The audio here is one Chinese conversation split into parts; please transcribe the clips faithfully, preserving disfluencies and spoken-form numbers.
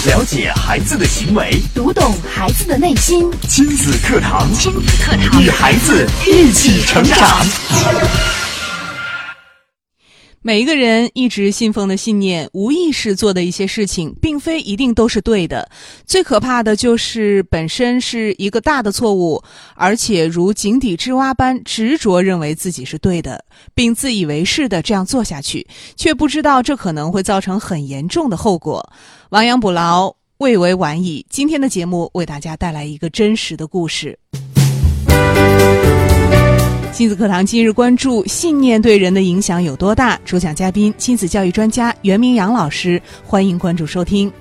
了解孩子的行为， 读懂孩子的内心。 亲子课堂， 亲子课堂， 与孩子一起成长。 每一个人一直信奉的信念，无意识做的一些事情，并非一定都是对的。最可怕的就是本身是一个大的错误，而且如井底之蛙般执着认为自己是对的，并自以为是的这样做下去，却不知道这可能会造成很严重的后果。亡羊补牢，未为晚矣。今天的节目为大家带来一个真实的故事。亲子课堂今日关注信念对人的影响有多大，主讲嘉宾亲子教育专家袁明阳老师，欢迎关注收听。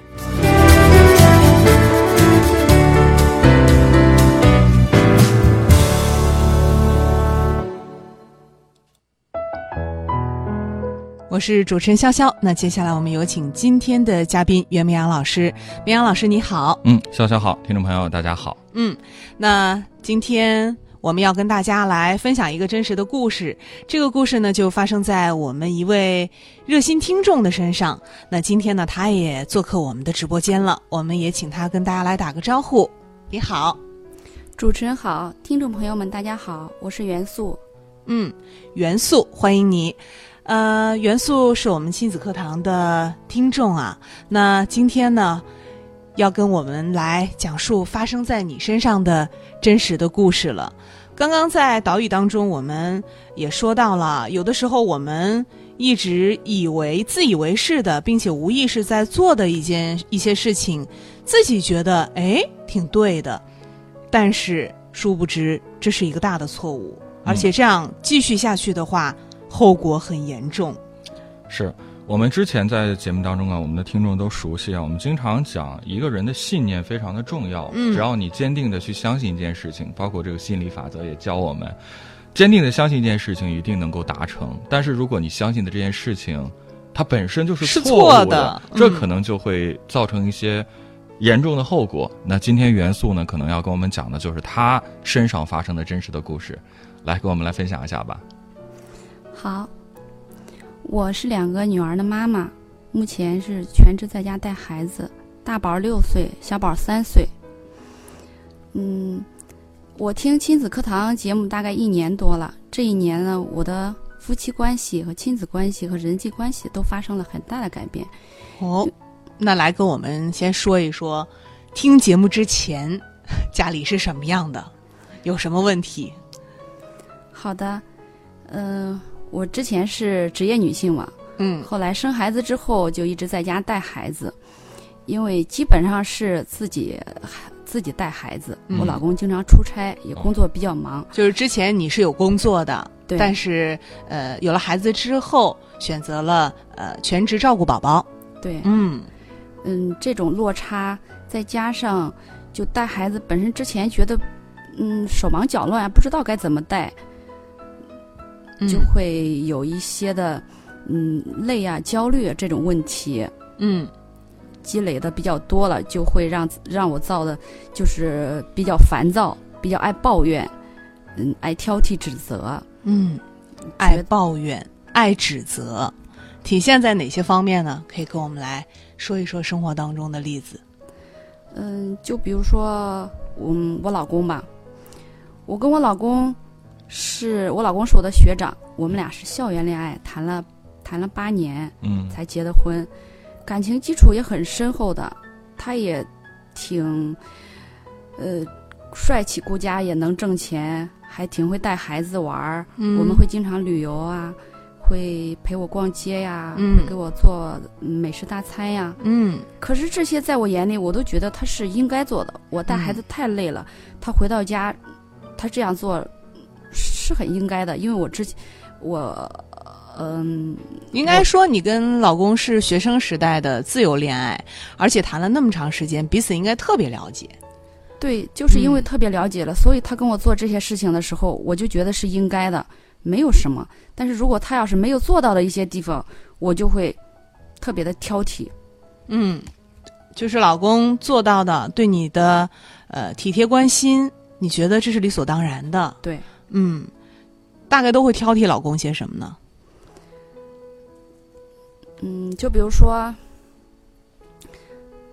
我是主持人潇潇，那接下来我们有请今天的嘉宾袁明阳老师。明阳老师你好。 嗯，潇潇好，听众朋友大家好。 嗯，那今天我们要跟大家来分享一个真实的故事，这个故事呢就发生在我们一位热心听众的身上。那今天呢他也做客我们的直播间了，我们也请他跟大家来打个招呼。你好。 主持人好，听众朋友们大家好，我是袁素。 嗯，袁素，欢迎你。呃，袁素是我们亲子课堂的听众啊，那今天呢要跟我们来讲述发生在你身上的真实的故事了。刚刚在导语当中我们也说到了，有的时候我们一直以为自以为是的，并且无意识在做的一件一些事情，自己觉得哎挺对的，但是殊不知这是一个大的错误，而且这样继续下去的话后果很严重。 是我们之前在节目当中啊，我们的听众都熟悉啊，我们经常讲一个人的信念非常的重要。嗯，只要你坚定的去相信一件事情，包括这个心理法则也教我们，坚定的相信一件事情一定能够达成。但是如果你相信的这件事情它本身就是错误的， 是错的嗯、 这可能就会造成一些严重的后果。那今天元素呢可能要跟我们讲的就是他身上发生的真实的故事，来跟我们来分享一下吧。 好，我是两个女儿的妈妈，目前是全职在家带孩子，大宝六岁，小宝三岁。嗯，我听亲子课堂节目大概一年多了，这一年呢，我的夫妻关系和亲子关系和人际关系都发生了很大的改变。 哦，那来跟我们先说一说，听节目之前家里是什么样的，有什么问题？ 好的，嗯、呃。我之前是职业女性嘛，嗯，后来生孩子之后就一直在家带孩子，因为基本上是自己自己带孩子、嗯、我老公经常出差，也工作比较忙。 就是之前你是有工作的， 对， 但是呃有了孩子之后选择了呃全职照顾宝宝。 对， 嗯嗯，这种落差再加上就带孩子本身之前觉得嗯手忙脚乱，不知道该怎么带，就会有一些的嗯累啊焦虑啊这种问题，嗯，积累的比较多了，就会让让我造的就是比较烦躁，比较爱抱怨，嗯，爱挑剔指责， 嗯，爱抱怨爱指责，体现在哪些方面呢？可以跟我们来说一说生活当中的例子。 嗯，就比如说嗯我老公吧，我跟我老公是我老公是我的学长，我们俩是校园恋爱，谈了谈了八年，嗯，才结的婚，感情基础也很深厚的。他也挺，呃，帅气顾家，也能挣钱，还挺会带孩子玩。嗯，我们会经常旅游啊，会陪我逛街呀，嗯，会给我做美食大餐呀。嗯，可是这些在我眼里，我都觉得他是应该做的。我带孩子太累了，嗯，他回到家，他这样做是很应该的，因为我之前我嗯， 应该说你跟老公是学生时代的自由恋爱，而且谈了那么长时间，彼此应该特别了解。 对，就是因为特别了解了，嗯，所以他跟我做这些事情的时候，我就觉得是应该的，没有什么。但是如果他要是没有做到的一些地方，我就会特别的挑剔。 嗯，就是老公做到的对你的呃体贴关心，你觉得这是理所当然的。 对， 嗯，大概都会挑剔老公些什么呢？ 嗯，就比如说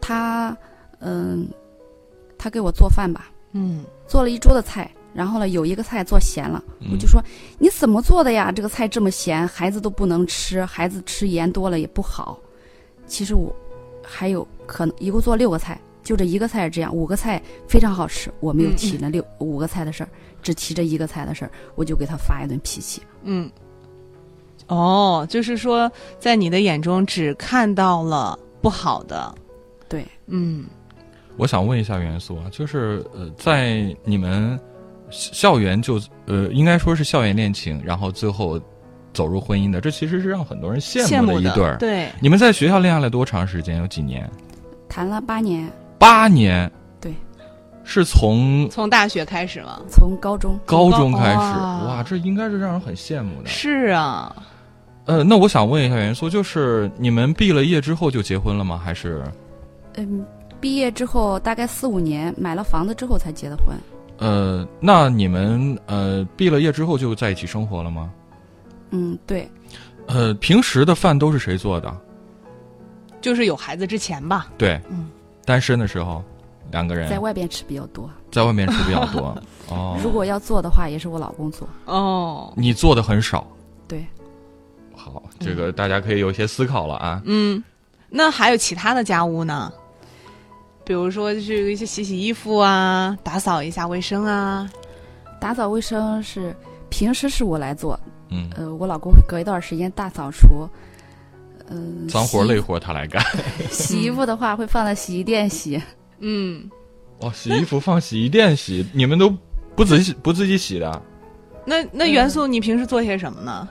他嗯，他给我做饭吧， 嗯， 做了一桌的菜，然后呢有一个菜做咸了， 嗯我就说你怎么做的呀？这个菜这么咸，孩子都不能吃，孩子吃盐多了也不好。其实我还有可能一共做六个菜，就这一个菜是这样，五个菜非常好吃，我没有提那六、嗯嗯、五个菜的事儿，只提这一个菜的事儿，我就给他发一顿脾气。 嗯，哦，就是说在你的眼中只看到了不好的。 对， 嗯， 我想问一下元素啊，就是呃，在你们校园就呃，应该说是校园恋情，然后最后走入婚姻的，这其实是让很多人羡慕的一对儿。 对， 你们在学校恋爱了多长时间？有几年？ 谈了八年。 八年。 对， 是从从大学开始吗？ 从高中。 高中开始， 哇， 哇，这应该是让人很羡慕的。 是啊。 呃，那我想问一下元素，就是你们毕了业之后就结婚了吗？还是？ 嗯，毕业之后大概四五年，买了房子之后才结的婚。 呃，那你们呃毕了业之后就在一起生活了吗？ 嗯，对。 呃，平时的饭都是谁做的？ 就是有孩子之前吧。 对， 嗯， 单身的时候，两个人在外边吃比较多。 在外面吃比较多。哦， 如果要做的话，也是我老公做。 哦， 你做的很少。 对。 好，这个大家可以有一些思考了啊。 嗯，那还有其他的家务呢？比如说就是一些洗洗衣服啊，打扫一下卫生啊。 打扫卫生是平时是我来做， 嗯， 呃，我老公会隔一段时间大扫除，嗯、呃， 脏活累活他来干。 洗衣服的话会放在洗衣店洗。 嗯， 哦，洗衣服放洗衣店洗，你们都不自己不自己洗的？ 那那元素，你平时做些什么呢？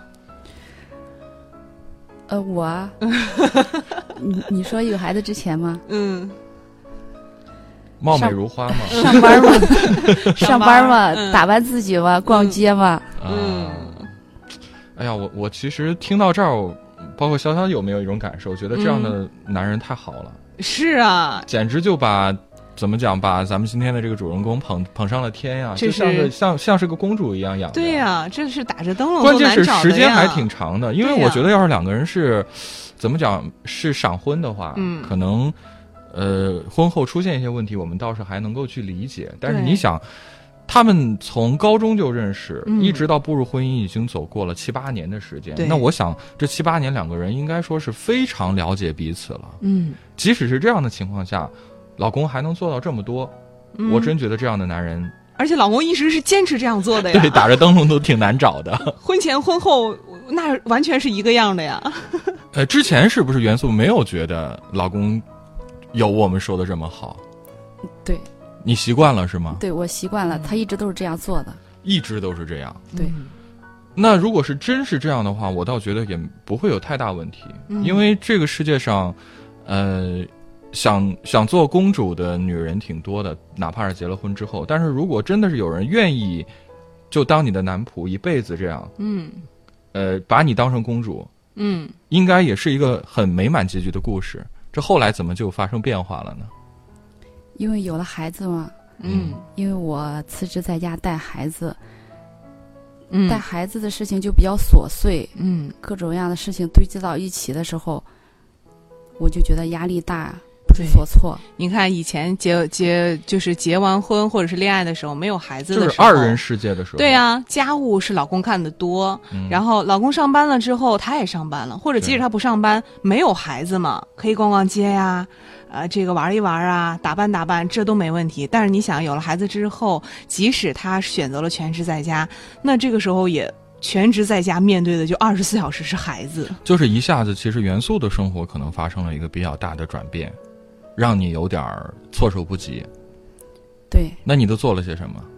呃，我啊，你你说有孩子之前吗？ 嗯。 貌美如花嘛， 上班嘛，上班嘛，嗯、打扮自己嘛，逛街嘛。 嗯，哎呀，我我其实听到这儿，包括潇潇有没有一种感受，觉得这样的男人太好了。 嗯、是啊， 简直就把怎么讲，把咱们今天的这个主人公捧捧上了天呀， 就像是像像是个公主一样养。 对呀，这是打着灯笼。 关键是时间还挺长的，因为我觉得要是两个人是怎么讲是闪婚的话， 嗯， 可能。呃，婚后出现一些问题，我们倒是还能够去理解。但是你想，他们从高中就认识， 嗯、 一直到步入婚姻，已经走过了七八年的时间。那我想，这七八年两个人应该说是非常了解彼此了。 嗯， 即使是这样的情况下，老公还能做到这么多，嗯、我真觉得这样的男人， 而且老公一直是坚持这样做的呀。 对，打着灯笼都挺难找的。 婚前婚后那完全是一个样的呀。 呃，之前是不是元素没有觉得老公？有我们说的这么好， 对， 你习惯了是吗？ 对，我习惯了，他一直都是这样做的， 一直都是这样。 对， 那如果是真是这样的话，我倒觉得也不会有太大问题， 嗯、 因为这个世界上，呃，想想做公主的女人挺多的，哪怕是结了婚之后。但是如果真的是有人愿意，就当你的男仆一辈子这样， 嗯， 呃，把你当成公主， 嗯， 应该也是一个很美满结局的故事。这后来怎么就发生变化了呢？ 因为有了孩子嘛， 嗯， 因为我辞职在家带孩子， 嗯， 带孩子的事情就比较琐碎， 嗯， 各种各样的事情堆积到一起的时候，我就觉得压力大，不知所措。 你看以前结结就是结完婚或者是恋爱的时候，没有孩子的时候， 就是二人世界的时候， 对啊，家务是老公干的多， 嗯、 然后老公上班了之后，他也上班了，或者即使他不上班，没有孩子嘛，可以逛逛街呀，呃，这个玩一玩啊，打扮打扮，这都没问题。但是你想，有了孩子之后，即使他选择了全职在家，那这个时候也全职在家，面对的就二十四小时是孩子， 就是一下子，其实元素的生活可能发生了一个比较大的转变。让你有点措手不及。 对， 那你都做了些什么？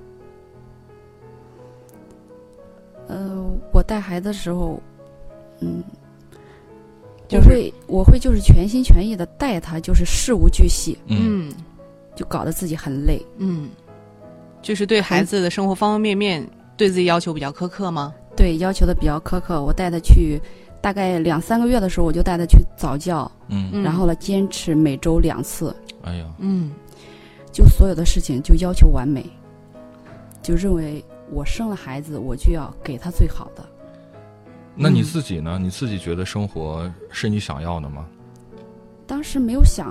呃，我带孩子的时候，嗯， 就是、 我会我会就是全心全意的带他，就是事无巨细， 嗯， 就搞得自己很累， 嗯，就是对孩子的生活方方面面对自己要求比较苛刻吗？ 对，要求的比较苛刻。我带他去。大概两三个月的时候，我就带他去早教， 嗯， 然后呢，坚持每周两次。 哎呀， 嗯， 就所有的事情就要求完美，就认为我生了孩子，我就要给他最好的。 那你自己呢？嗯、你自己觉得生活是你想要的吗？ 当时没有想啊，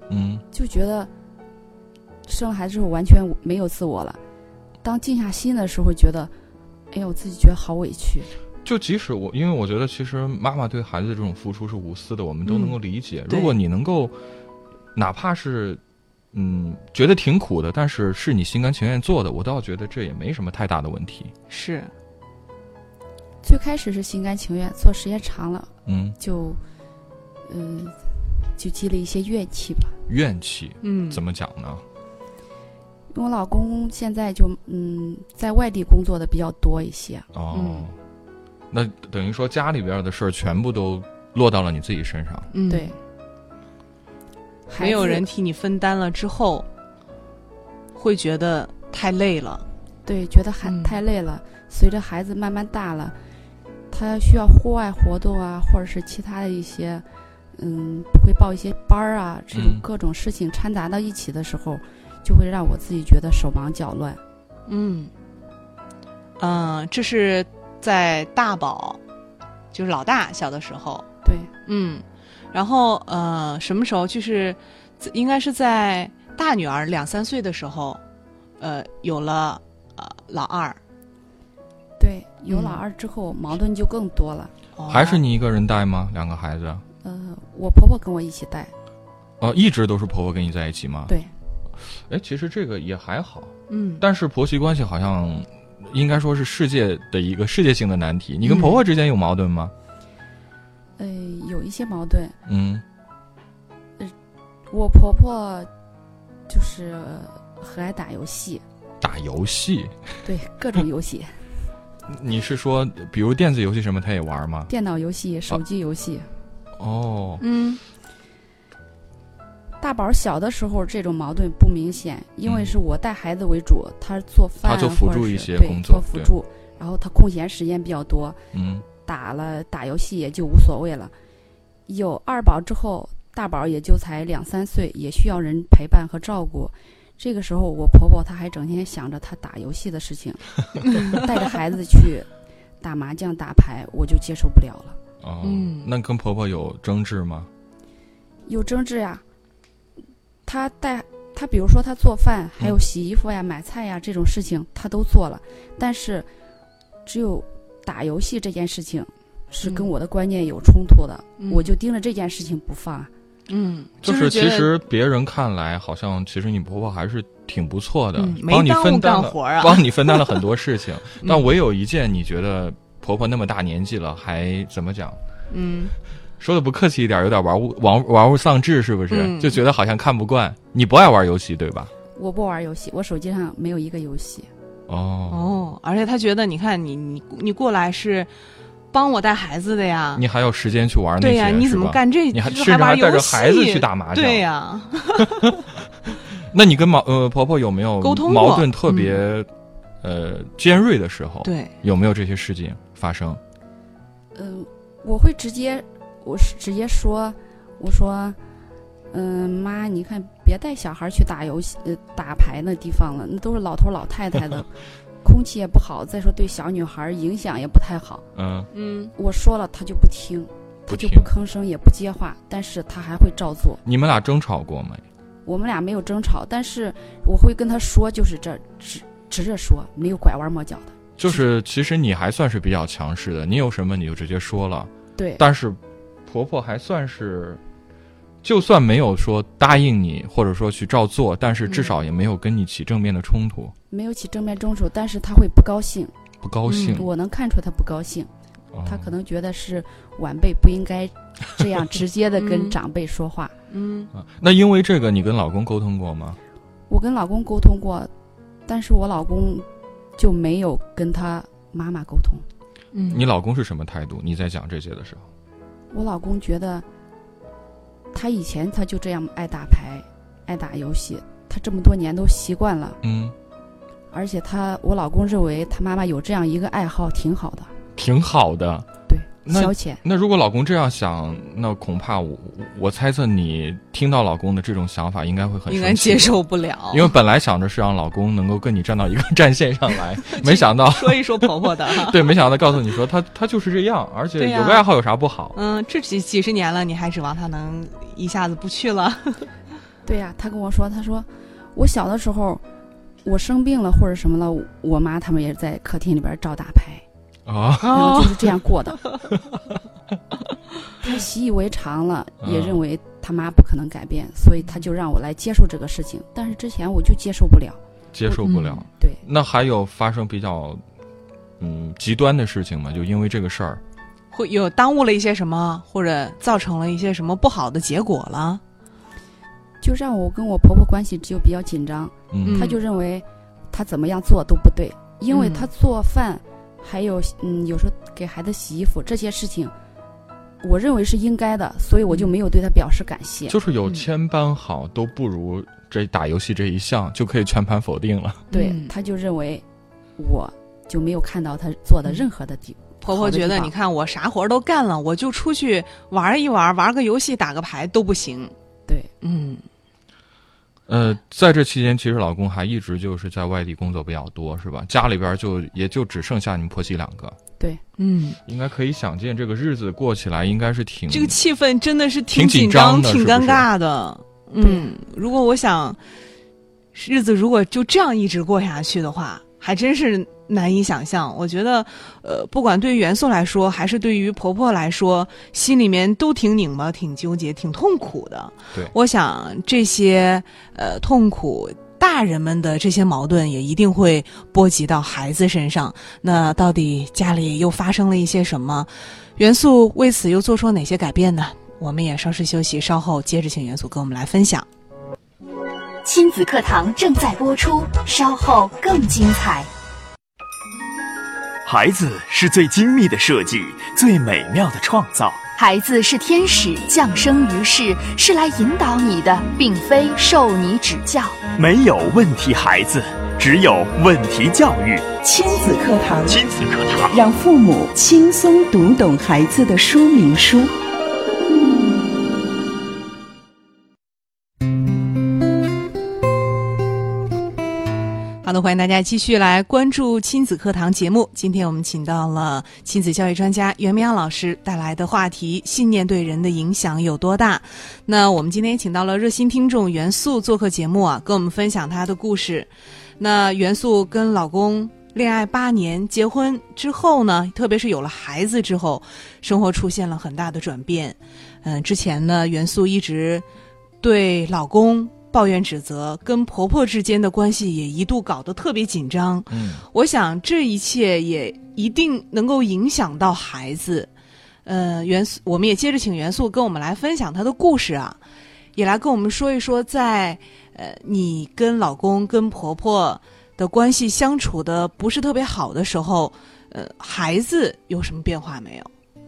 嗯， 就觉得生了孩子之后完全没有自我了。当静下心的时候，觉得，哎呀，我自己觉得好委屈。 就即使我，因为我觉得其实妈妈对孩子的这种付出是无私的，我们都能够理解。 嗯、 如果你能够，哪怕是，嗯，觉得挺苦的，但是是你心甘情愿做的，我倒觉得这也没什么太大的问题。 是。 最开始是心甘情愿，做时间长了， 嗯， 就，嗯、呃，就积了一些怨气吧。 怨气， 嗯， 怎么讲呢？ 我老公现在就嗯，在外地工作的比较多一些。 哦， 嗯、 那等于说家里边的事儿全部都落到了你自己身上。 嗯， 对， 没有人替你分担了之后，会觉得太累了。 对，觉得还、 嗯、 太累了。随着孩子慢慢大了，他需要户外活动啊，或者是其他的一些，嗯，会报一些班儿啊，这种各种事情掺杂到一起的时候。嗯，就会让我自己觉得手忙脚乱。 嗯，嗯、呃，这是在大宝，就是老大小的时候。 对， 嗯，然后呃，什么时候？就是应该是在大女儿两三岁的时候，呃，有了呃老二。 对，有老二之后、嗯、矛盾就更多了。 还是你一个人带吗？两个孩子？ 呃，我婆婆跟我一起带。 哦，一直都是婆婆跟你在一起吗？ 对。 哎，其实这个也还好， 嗯， 但是婆媳关系好像应该说是世界的一个世界性的难题。你跟婆婆之间有矛盾吗？ 呃，有一些矛盾。 嗯， 呃，我婆婆就是很爱打游戏。 打游戏？ 对，各种游戏。 你是说，比如电子游戏什么，她也玩吗？ 电脑游戏、手机游戏。 啊、哦， 嗯。 大宝小的时候，这种矛盾不明显，因为是我带孩子为主，他做饭， 他做辅助一些工作，做辅助，然后他空闲时间比较多， 嗯， 打了打游戏也就无所谓了。有二宝之后，大宝也就才两三岁，也需要人陪伴和照顾。这个时候，我婆婆她还整天想着她打游戏的事情，带着孩子去打麻将、打牌，我就接受不了了。 哦，嗯，那跟婆婆有争执吗？ 有争执呀。他带他，比如说他做饭，还有洗衣服呀、嗯、买菜呀这种事情，他都做了。但是，只有打游戏这件事情，是跟我的观念有冲突的，嗯、我就盯着这件事情不放。 嗯， 就是其实别人看来，好像其实你婆婆还是挺不错的， 嗯、 帮你分担了， 活啊、 帮你分担了很多事情。但唯有一件，你觉得婆婆那么大年纪了，还怎么讲？ 嗯。 说的不客气一点，有点玩物玩玩物丧志，是不是？ 嗯、 就觉得好像看不惯。你不爱玩游戏，对吧？ 我不玩游戏，我手机上没有一个游戏。 哦哦，而且他觉得，你看你你你过来是帮我带孩子的呀， 你还有时间去玩那些？ 对呀，你怎么干这？ 你还甚至还带着孩子去打麻将？ 对呀。 那你跟毛呃婆婆有没有沟通矛盾特别、嗯、呃尖锐的时候？ 对， 有没有这些事情发生？ 嗯、呃，我会直接。我是直接说，我说，嗯、呃，妈，你看，别带小孩去打游戏、呃、打牌那地方了，那都是老头老太太的，空气也不好，再说对小女孩影响也不太好。 嗯嗯，我说了，他就不听，他就不吭声，也不接话，但是他还会照做。 你们俩争吵过吗？ 我们俩没有争吵，但是我会跟他说，就是这直直着说，没有拐弯抹角的。 就是其实你还算是比较强势的，你有什么你就直接说了。 对， 但是。婆婆还算是，就算没有说答应你，或者说去照做，但是至少也没有跟你起正面的冲突。 嗯、没有起正面冲突，但是他会不高兴。 不高兴、 嗯，我能看出他不高兴。 哦、 他可能觉得是晚辈不应该这样直接的跟长辈说话。 嗯、 啊，那因为这个，你跟老公沟通过吗？ 我跟老公沟通过，但是我老公就没有跟他妈妈沟通。 嗯， 你老公是什么态度？你在讲这些的时候？ 我老公觉得，他以前他就这样爱打牌，爱打游戏，他这么多年都习惯了。 嗯， 而且他，我老公认为他妈妈有这样一个爱好挺好的， 挺好的。 对，消遣。 那如果老公这样想，那恐怕我我猜测你听到老公的这种想法，应该会很应该接受不了， 因为本来想着是让老公能够跟你站到一个战线上来，没想到说一说婆婆的， 对，没想到告诉你说他他就是这样，而且有个爱好有啥不好？ 嗯，这几几十年了，你还指望他能一下子不去了？ 对呀、啊，他跟我说，他说我小的时候我生病了或者什么了，我妈他们也在客厅里边照打牌啊， 然后就是这样过的。他习以为常了，也认为他妈不可能改变，所以他就让我来接受这个事情。但是之前我就接受不了， 接受不了。 嗯、对， 那还有发生比较嗯极端的事情吗？就因为这个事儿， 会有耽误了一些什么，或者造成了一些什么不好的结果了？ 就让我跟我婆婆关系就比较紧张， 嗯， 她就认为她怎么样做都不对，因为她做饭，还有嗯有时候给孩子洗衣服这些事情。我认为是应该的，所以我就没有对他表示感谢。 就是有千般好，都不如这打游戏这一项，就可以全盘否定了。 对， 嗯、 他就认为我就没有看到他做的任何的地。 婆婆觉得，你看我啥活都干了，我就出去玩一玩，玩个游戏，打个牌都不行。 对， 嗯。 呃，在这期间，其实老公还一直就是在外地工作比较多，是吧？家里边就也就只剩下你们婆媳两个。 对， 嗯， 应该可以想见，这个日子过起来应该是挺这个气氛真的是挺紧张、 挺尴尬的。 是不是？ 嗯，如果我想日子如果就这样一直过下去的话，还真是难以想象。我觉得，呃，不管对于元素来说，还是对于婆婆来说，心里面都挺拧巴、挺纠结、挺痛苦的。 对， 我想这些呃痛苦。大人们的这些矛盾也一定会波及到孩子身上。那到底家里又发生了一些什么？元素为此又做出哪些改变呢？我们也稍事休息，稍后接着请元素跟我们来分享。 亲子课堂正在播出，稍后更精彩。 孩子是最精密的设计，最美妙的创造。 孩子是天使降生于世，是来引导你的，并非受你指教。 没有问题孩子，只有问题教育。 亲子课堂， 亲子课堂， 让父母轻松读懂孩子的说明书。 好的，欢迎大家继续来关注亲子课堂节目。今天我们请到了亲子教育专家袁明阳老师带来的话题：信念对人的影响有多大？那我们今天也请到了热心听众元素做客节目啊，跟我们分享她的故事。那元素跟老公恋爱八年，结婚之后呢，特别是有了孩子之后，生活出现了很大的转变。嗯，之前呢，元素一直对老公抱怨指责，跟婆婆之间的关系也一度搞得特别紧张。 嗯， 我想这一切也一定能够影响到孩子。呃，元素，我们也接着请元素跟我们来分享她的故事啊，也来跟我们说一说在，在呃你跟老公跟婆婆的关系相处的不是特别好的时候，呃，孩子有什么变化没有？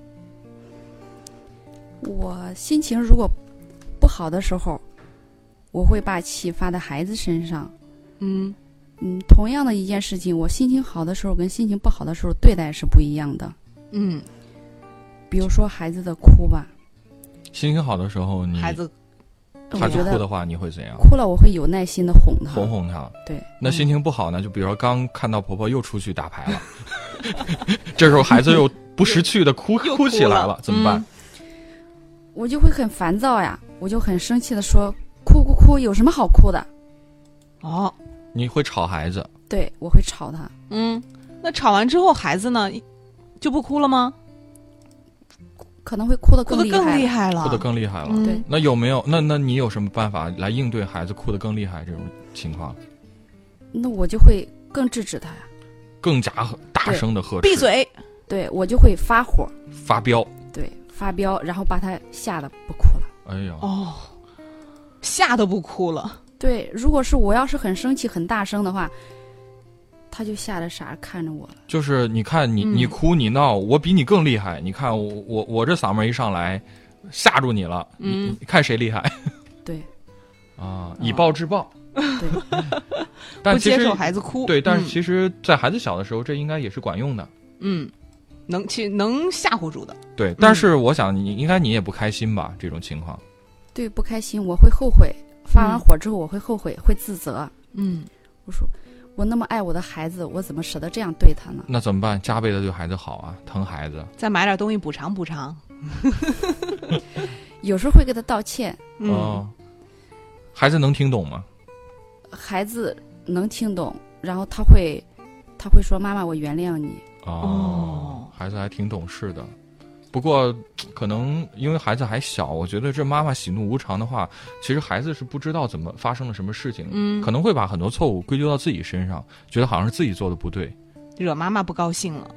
我心情如果不好的时候，我会把气发在孩子身上。 嗯嗯，同样的一件事情，我心情好的时候跟心情不好的时候对待是不一样的。 嗯， 比如说孩子的哭吧， 心情好的时候你， 孩子孩子哭的话，你会怎样？ 哭了，我会有耐心的哄他， 哄哄他。 对。 那心情不好呢？就比如说刚看到婆婆又出去打牌了，这时候孩子又不识趣的哭哭哭起来了，怎么办？ 嗯我就会很烦躁呀，我就很生气的说：“哭哭哭，有什么好哭的？” 哦， 你会吵孩子？ 对，我会吵他。 嗯，那吵完之后，孩子呢就不哭了吗？ 可能会哭得哭得更厉害， 更厉害了， 哭得更厉害了。 嗯、 对， 那有没有？那那你有什么办法来应对孩子哭得更厉害这种情况？ 那我就会更制止他呀， 更加大声的呵斥， 闭嘴。 对，我就会发火， 发飙。 对，发飙，然后把他吓得不哭了。 哎呀， 哦，吓得不哭了。 对，如果是我要是很生气、很大声的话，他就吓得傻看着我了。 就是你看你、 嗯、 你哭你闹，我比你更厉害。你看我我我这嗓门一上来，吓住你了。 嗯， 你, 你看谁厉害？ 对， 啊，以暴制暴。 对， 但其实不接受孩子哭。 对，但是其实，在孩子小的时候，这应该也是管用的。 嗯。能去能吓唬住的， 对，但是我想你应该你也不开心吧？这种情况， 对，不开心，我会后悔。发完火之后，我会后悔，会自责。 嗯， 我说我那么爱我的孩子，我怎么舍得这样对他呢？ 那怎么办？加倍的对孩子好啊，疼孩子， 再买点东西补偿补偿。 有时候会给他道歉。 嗯、 哦， 孩子能听懂吗？ 孩子能听懂，然后他会他会说妈妈我原谅你。 哦，孩子还挺懂事的。不过可能因为孩子还小，我觉得这妈妈喜怒无常的话，其实孩子是不知道怎么发生了什么事情， 嗯， 可能会把很多错误归咎到自己身上，觉得好像是自己做的不对， 惹妈妈不高兴了。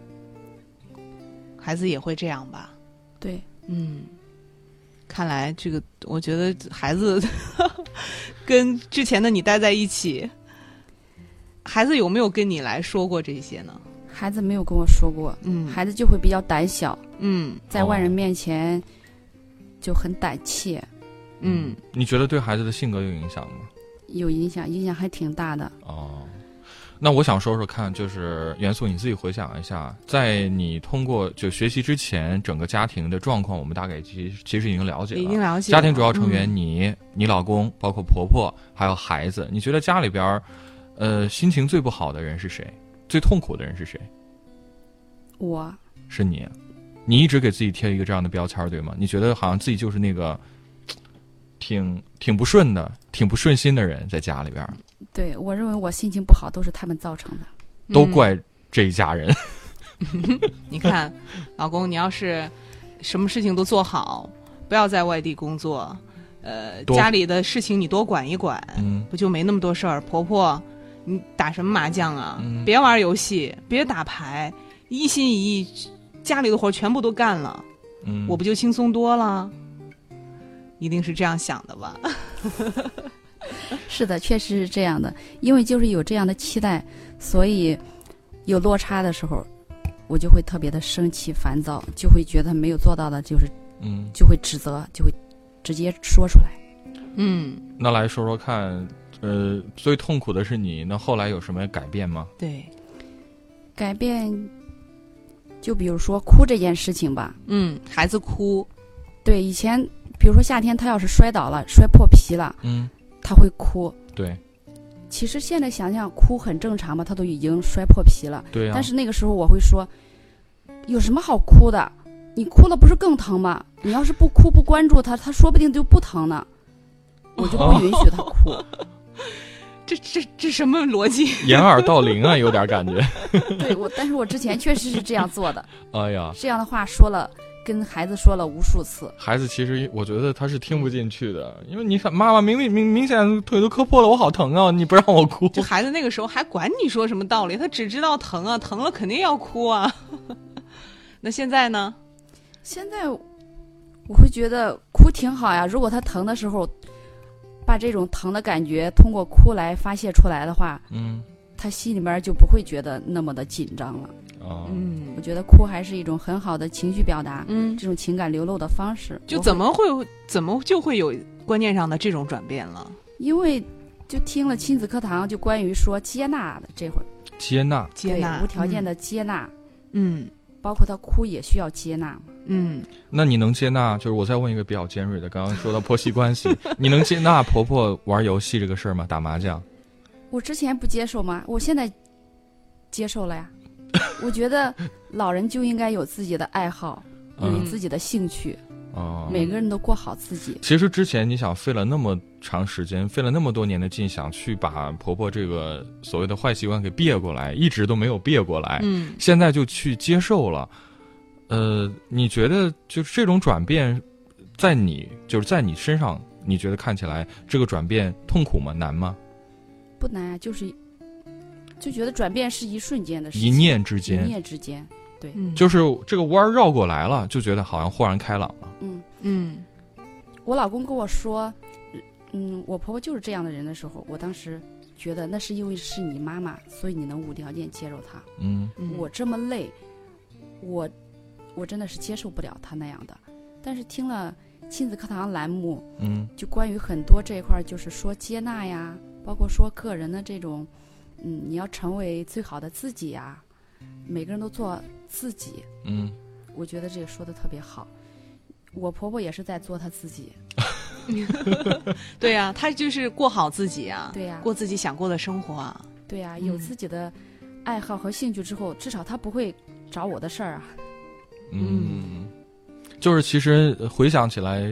孩子也会这样吧？ 对， 嗯，看来这个，我觉得孩子跟之前的你待在一起，孩子有没有跟你来说过这些呢？ 孩子没有跟我说过， 嗯， 孩子就会比较胆小， 嗯， 在外人面前就很胆怯， 嗯， 你觉得对孩子的性格有影响吗？ 有影响，影响还挺大的。 哦，那我想说说看，就是元素你自己回想一下，在你通过就学习之前，整个家庭的状况，我们大概其实其实已经了解了， 已经了解了。 家庭主要成员嗯、 你、你老公，包括婆婆，还有孩子，你觉得家里边，呃，心情最不好的人是谁？最痛苦的人是谁？ 我是你，你一直给自己贴一个这样的标签，对吗？你觉得好像自己就是那个挺挺不顺的、挺不顺心的人，在家里边。 对，我认为我心情不好都是他们造成的， 都怪这一家人。 嗯、你看，老公，你要是什么事情都做好，不要在外地工作，呃，家里的事情你多管一管， 嗯， 不就没那么多事儿？婆婆，你打什么麻将啊？ 嗯、 别玩游戏，别打牌，一心一意，家里的活全部都干了， 嗯， 我不就轻松多了？一定是这样想的吧？ 是的，确实是这样的，因为就是有这样的期待，所以有落差的时候，我就会特别的生气、烦躁，就会觉得没有做到的，就是， 嗯， 就会指责，就会直接说出来。 嗯， 那来说说看，呃，最痛苦的是你，那后来有什么改变吗？ 对， 改变，就比如说哭这件事情吧。 嗯，孩子哭， 对，以前比如说夏天他要是摔倒了、摔破皮了， 嗯， 他会哭。 对。 其实现在想想，哭很正常嘛，他都已经摔破皮了。 对呀、啊。 但是那个时候我会说，有什么好哭的？你哭了不是更疼吗？你要是不哭不关注他，他说不定就不疼呢。我就不允许他哭。哦、 这这这什么逻辑？ 掩耳盗铃啊，有点感觉。 对，我但是我之前确实是这样做的。 哎呀， 这样的话说了。跟孩子说了无数次， 孩子其实我觉得他是听不进去的，因为你看妈妈明明明明显腿都磕破了，我好疼啊，你不让我哭。 这孩子那个时候还管你说什么道理，他只知道疼啊，疼了肯定要哭啊。那现在呢？ 现在我会觉得哭挺好呀，如果他疼的时候，把这种疼的感觉通过哭来发泄出来的话， 嗯， 他心里面就不会觉得那么的紧张了。 哦， 嗯， 我觉得哭还是一种很好的情绪表达， 嗯， 这种情感流露的方式。 就怎么会怎么就会有观念上的这种转变了？ 因为就听了亲子课堂，就关于说接纳的这会儿， 接纳， 接纳， 无条件的接纳， 嗯， 包括他哭也需要接纳， 嗯。 那你能接纳？就是我再问一个比较尖锐的，刚刚说到婆媳关系，你能接纳婆婆玩游戏这个事儿吗？打麻将？ 我之前不接受吗？我现在接受了呀。我觉得老人就应该有自己的爱好，有自己的兴趣， 哦， 每个人都过好自己。 其实之前你想费了那么长时间，费了那么多年的劲，想去把婆婆这个所谓的坏习惯给别过来，一直都没有别过来。 嗯， 现在就去接受了。呃，你觉得就是这种转变，在你就是在你身上，你觉得看起来这个转变痛苦吗？难吗？ 不难啊，就是就觉得转变是一瞬间的事情， 一念之间， 一念之间，对， 嗯、 就是这个弯绕过来了，就觉得好像豁然开朗了。 嗯嗯， 我老公跟我说，嗯，我婆婆就是这样的人的时候，我当时觉得那是因为是你妈妈，所以你能无条件接受她。 嗯， 我这么累，我我真的是接受不了她那样的。但是听了亲子课堂栏目， 嗯， 就关于很多这一块，就是说接纳呀，包括说个人的这种。嗯，你要成为最好的自己呀，每个人都做自己。 嗯， 我觉得这个说的特别好。我婆婆也是在做她自己。 对呀、啊，她就是过好自己啊。 对呀、啊， 过自己想过的生活啊。 对呀、啊，有自己的爱好和兴趣之后，嗯、至少她不会找我的事儿啊。 嗯，就是其实回想起来，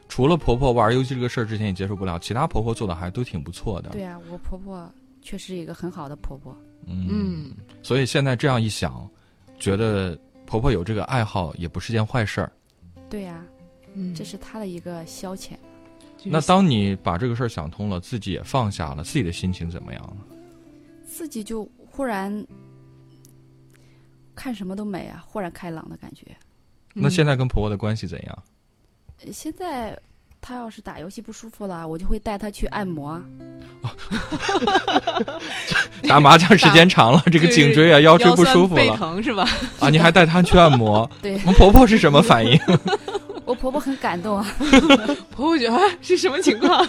除了婆婆玩游戏这个事儿之前你接受不了，其他婆婆做的还都挺不错的。 对啊，我婆婆确实一个很好的婆婆。 嗯，嗯，所以现在这样一想，觉得婆婆有这个爱好也不是件坏事儿。 对呀、啊，嗯，这是她的一个消遣。 那当你把这个事儿想通了，自己也放下了，自己的心情怎么样呢？ 自己就忽然看什么都美啊，豁然开朗的感觉。 那现在跟婆婆的关系怎样？ 嗯、现在她要是打游戏不舒服了，我就会带她去按摩。 打麻将时间长了，这个颈椎啊、腰椎不舒服了， 腰酸背疼是吧？ 啊，你还带她去按摩？ 对。 我们婆婆是什么反应？ 我婆婆很感动啊。 婆婆觉得是什么情况？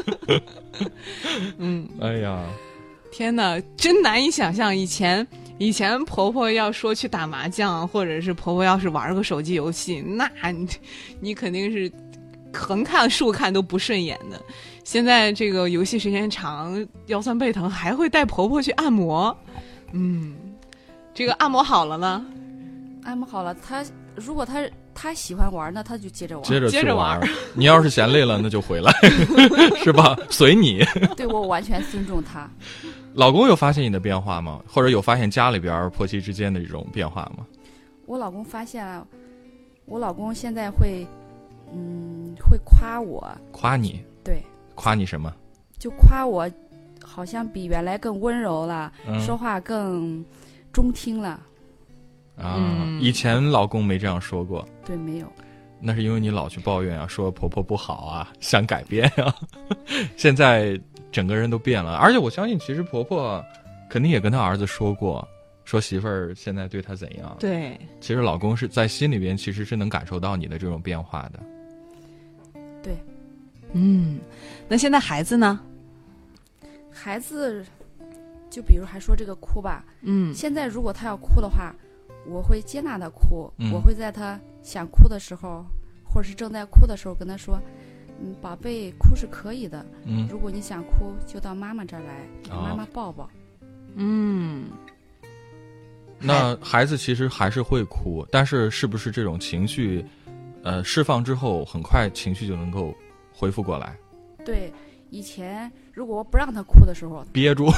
嗯， 哎呀， 天哪，真难以想象。以前以前婆婆要说去打麻将，或者是婆婆要是玩个手机游戏，那你你肯定是横看竖看都不顺眼的。现在这个游戏时间长，腰酸背疼，还会带婆婆去按摩。嗯，这个按摩好了呢？ 按摩好了，她如果她她喜欢玩，那她就接着玩， 接着接着玩。 你要是嫌累了，那就回来，是吧？随你。 对，我完全尊重她。 老公有发现你的变化吗？或者有发现家里边婆媳之间的这种变化吗？ 我老公发现了，我老公现在会，嗯，会夸我。 夸你？ 对。 夸你什么？ 就夸我，好像比原来更温柔了，嗯、说话更中听了。 啊、嗯，以前老公没这样说过。 对，没有。 那是因为你老去抱怨啊，说婆婆不好啊，想改变啊。现在整个人都变了，而且我相信，其实婆婆肯定也跟她儿子说过，说媳妇儿现在对她怎样。 对， 其实老公是在心里边其实是能感受到你的这种变化的。 对， 嗯，那现在孩子呢？ 孩子，就比如还说这个哭吧，嗯，现在如果他要哭的话，我会接纳他哭，嗯、我会在他想哭的时候，或者是正在哭的时候跟他说，嗯，宝贝，哭是可以的，嗯，如果你想哭，就到妈妈这儿来，哦、妈妈抱抱。 嗯， 那孩子其实还是会哭，但是是不是这种情绪，呃，释放之后，很快情绪就能够恢复过来？ 对，以前如果我不让他哭的时候， 憋住。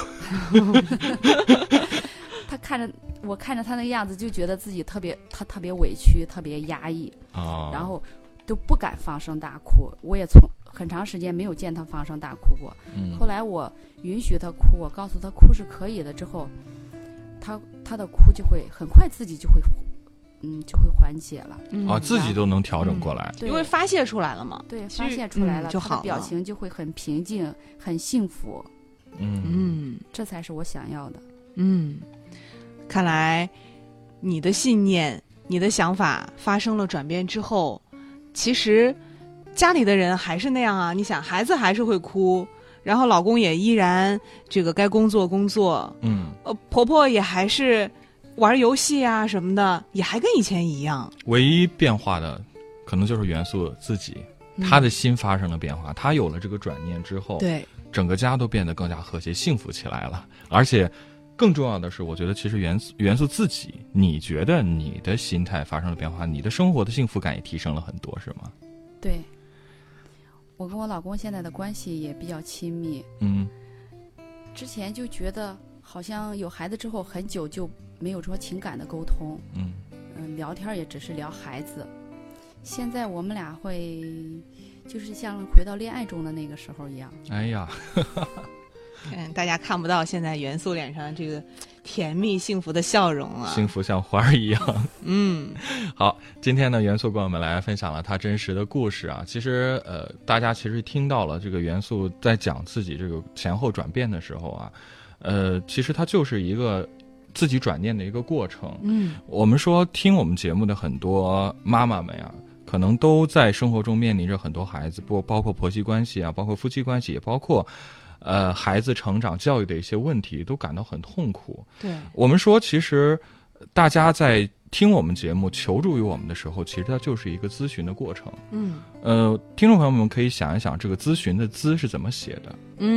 他看着我看着他那个样子，就觉得自己特别他特别委屈，特别压抑，哦、然后都不敢放声大哭。我也从很长时间没有见他放声大哭过。嗯、后来我允许他哭，我告诉他哭是可以的之后，他他的哭就会很快自己就会嗯就会缓解了。 嗯、啊，自己都能调整过来， 嗯、因为发泄出来了嘛。 对，发泄出来了， 嗯、就好了， 他的表情就会很平静，很幸福。 嗯嗯， 这才是我想要的。 嗯。看来你的信念你的想法发生了转变之后，其实家里的人还是那样啊，你想孩子还是会哭，然后老公也依然这个该工作工作， 嗯， 呃，婆婆也还是玩游戏啊什么的，也还跟以前一样。 唯一变化的可能就是元素自己，嗯、他的心发生了变化，他有了这个转念之后， 对， 整个家都变得更加和谐幸福起来了。而且更重要的是，我觉得其实元素元素自己，你觉得你的心态发生了变化，你的生活的幸福感也提升了很多，是吗？ 对，我跟我老公现在的关系也比较亲密。 嗯， 之前就觉得好像有孩子之后很久就没有说情感的沟通， 嗯嗯，聊天也只是聊孩子。现在我们俩会就是像回到恋爱中的那个时候一样。 哎呀。 嗯，大家看不到现在元素脸上这个甜蜜幸福的笑容啊， 幸福像花儿一样。 嗯， 好，今天呢，元素跟我们来分享了他真实的故事啊。其实，呃，大家其实听到了这个元素在讲自己这个前后转变的时候啊，呃，其实它就是一个自己转念的一个过程。 嗯， 我们说听我们节目的很多妈妈们呀，可能都在生活中面临着很多孩子，不包括婆媳关系啊，包括夫妻关系，也包括。呃，孩子成长教育的一些问题都感到很痛苦。 对， 我们说，其实大家在听我们节目、求助于我们的时候，其实它就是一个咨询的过程。 嗯， 呃，听众朋友们可以想一想，这个咨询的“咨”是怎么写的？ 嗯，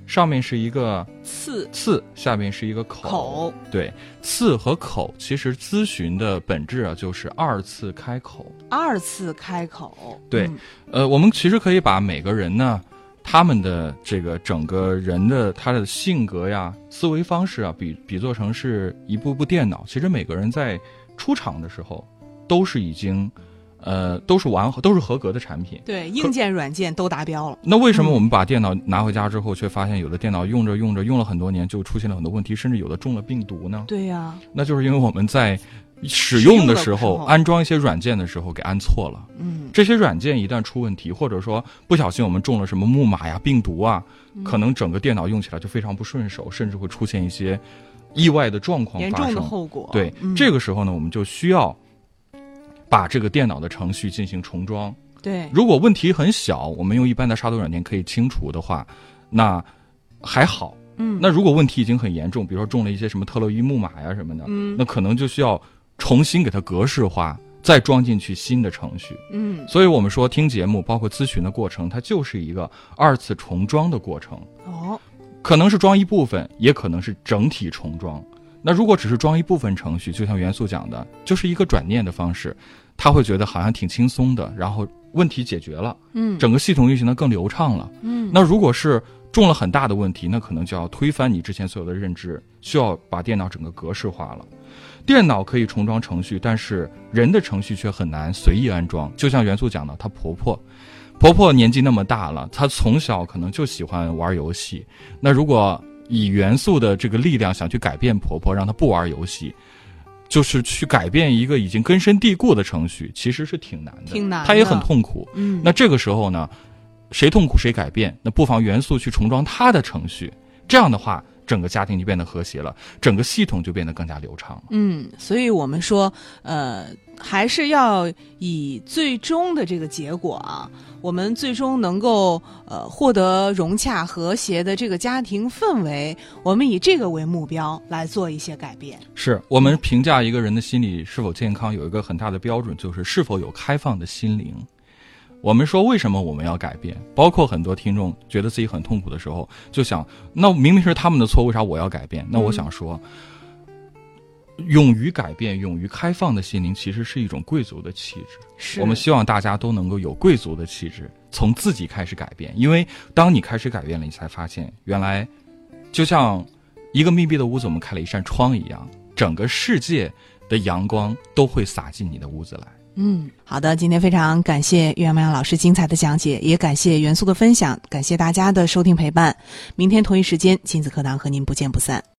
上面是一个刺刺，下面是一个口。 口对，刺和口其实咨询的本质啊，就是二次开口。 二次开口。 对， 嗯、 呃，我们其实可以把每个人呢，他们的这个整个人的他的性格呀、思维方式啊，比比作成是一部部电脑。其实每个人在出厂的时候，都是已经。呃，都是完都是合格的产品， 对，硬件软件都达标了。 那为什么我们把电脑拿回家之后，却发现有的电脑用着用着用了很多年，就出现了很多问题，甚至有的中了病毒呢？ 对呀、啊， 那就是因为我们在使用的时候，安装一些软件的时候给安错了。嗯，这些软件一旦出问题，或者说不小心我们中了什么木马呀、病毒啊，嗯、可能整个电脑用起来就非常不顺手，甚至会出现一些意外的状况发生， 严重的后果。 对，嗯、这个时候呢，我们就需要把这个电脑的程序进行重装。 对， 如果问题很小，我们用一般的杀毒软件可以清除的话，那还好。嗯，那如果问题已经很严重，比如说中了一些什么特洛伊木马呀什么的，嗯，那可能就需要重新给它格式化，再装进去新的程序。嗯，所以我们说听节目包括咨询的过程，它就是一个二次重装的过程。 哦， 可能是装一部分，也可能是整体重装。那如果只是装一部分程序，就像元素讲的，就是一个转念的方式，他会觉得好像挺轻松的，然后问题解决了，嗯，整个系统运行的更流畅了，嗯。那如果是中了很大的问题，那可能就要推翻你之前所有的认知，需要把电脑整个格式化了。电脑可以重装程序，但是人的程序却很难随意安装。就像元素讲的，她婆婆，婆婆年纪那么大了，她从小可能就喜欢玩游戏，那如果以元素的这个力量想去改变婆婆，让她不玩游戏，就是去改变一个已经根深蒂固的程序，其实是挺难的， 挺难的， 她也很痛苦。嗯，那这个时候呢，谁痛苦谁改变，那不妨元素去重装她的程序，这样的话，整个家庭就变得和谐了，整个系统就变得更加流畅了。 嗯，所以我们说，呃，还是要以最终的这个结果啊。我们最终能够呃获得融洽和谐的这个家庭氛围，我们以这个为目标来做一些改变。 是我们评价一个人的心理是否健康有一个很大的标准，就是是否有开放的心灵。我们说为什么我们要改变，包括很多听众觉得自己很痛苦的时候，就想那明明是他们的错，为啥我要改变？那我想说、嗯、勇于改变，勇于开放的心灵其实是一种贵族的气质。 是， 我们希望大家都能够有贵族的气质，从自己开始改变。因为当你开始改变了，你才发现原来就像一个密闭的屋子，我们开了一扇窗一样，整个世界的阳光都会洒进你的屋子来。 嗯，好的，今天非常感谢岳阳老师精彩的讲解，也感谢元素的分享，感谢大家的收听陪伴。明天同一时间亲子课堂和您不见不散。